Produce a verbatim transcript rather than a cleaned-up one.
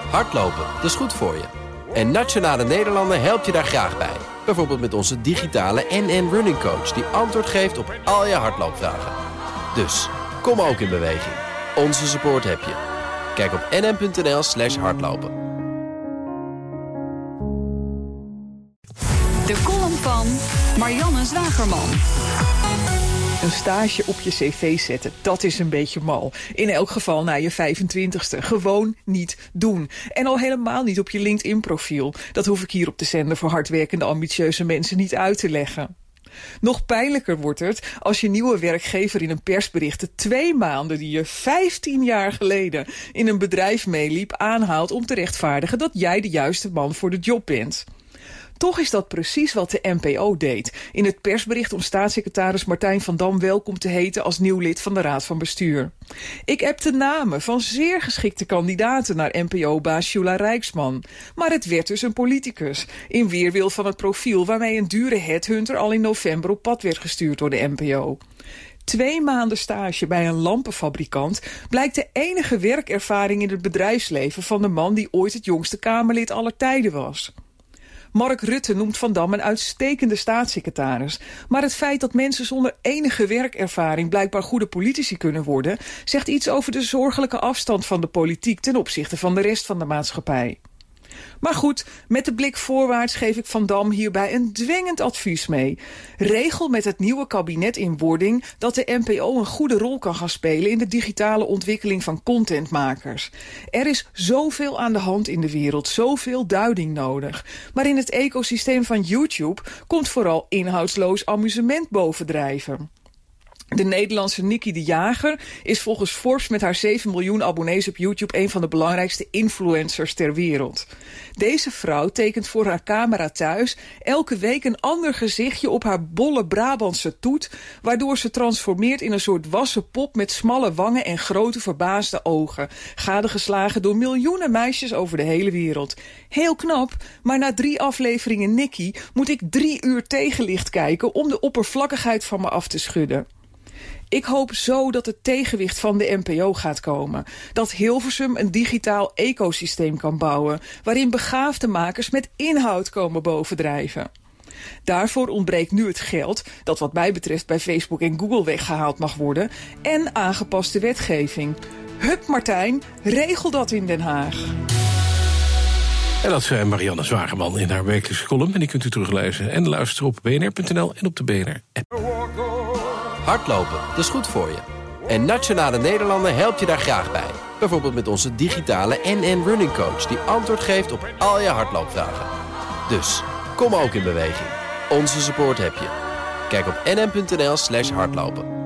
Hardlopen, dat is goed voor je. En Nationale Nederlanden helpt je daar graag bij. Bijvoorbeeld met onze digitale N N Running Coach... die antwoord geeft op al je hardloopvragen. Dus, kom ook in beweging. Onze support heb je. Kijk op nn.nl slash hardlopen. De column van Marianne Zwagerman. Een stage op je cv zetten, dat is een beetje mal. In elk geval na je vijfentwintigste. Gewoon niet doen. En al helemaal niet op je LinkedIn-profiel. Dat hoef ik hier op de zender voor hardwerkende ambitieuze mensen niet uit te leggen. Nog pijnlijker wordt het als je nieuwe werkgever in een persbericht de twee maanden die je vijftien jaar geleden in een bedrijf meeliep aanhaalt om te rechtvaardigen dat jij de juiste man voor de job bent. Toch is dat precies wat de N P O deed in het persbericht om staatssecretaris Martijn van Dam welkom te heten als nieuw lid van de Raad van Bestuur. Ik heb de namen van zeer geschikte kandidaten naar N P O-baas Jula Rijksman. Maar het werd dus een politicus, in weerwil van het profiel waarmee een dure headhunter al in november op pad werd gestuurd door de N P O. Twee maanden stage bij een lampenfabrikant blijkt de enige werkervaring in het bedrijfsleven van de man die ooit het jongste Kamerlid aller tijden was. Mark Rutte noemt Van Dam een uitstekende staatssecretaris. Maar het feit dat mensen zonder enige werkervaring blijkbaar goede politici kunnen worden, zegt iets over de zorgelijke afstand van de politiek ten opzichte van de rest van de maatschappij. Maar goed, met de blik voorwaarts geef ik Van Dam hierbij een dwingend advies mee. Regel met het nieuwe kabinet in wording dat de N P O een goede rol kan gaan spelen in de digitale ontwikkeling van contentmakers. Er is zoveel aan de hand in de wereld, zoveel duiding nodig. Maar in het ecosysteem van YouTube komt vooral inhoudsloos amusement bovendrijven. De Nederlandse Nikki de Jager is volgens Forbes met haar zeven miljoen abonnees op YouTube een van de belangrijkste influencers ter wereld. Deze vrouw tekent voor haar camera thuis elke week een ander gezichtje op haar bolle Brabantse toet, waardoor ze transformeert in een soort wassen pop met smalle wangen en grote verbaasde ogen, gadegeslagen door miljoenen meisjes over de hele wereld. Heel knap, maar na drie afleveringen Nikki moet ik drie uur tegenlicht kijken om de oppervlakkigheid van me af te schudden. Ik hoop zo dat het tegenwicht van de N P O gaat komen. Dat Hilversum een digitaal ecosysteem kan bouwen, waarin begaafde makers met inhoud komen bovendrijven. Daarvoor ontbreekt nu het geld, dat wat mij betreft bij Facebook en Google weggehaald mag worden, en aangepaste wetgeving. Hup Martijn, regel dat in Den Haag. En dat zei Marianne Zwagerman in haar wekelijkse column. En die kunt u teruglezen en luisteren op b n r punt n l en op de B N R-app. Hardlopen, dat is goed voor je. En Nationale Nederlanden helpt je daar graag bij. Bijvoorbeeld met onze digitale N N Running Coach... die antwoord geeft op al je hardloopvragen. Dus, kom ook in beweging. Onze support heb je. Kijk op nn.nl slash hardlopen.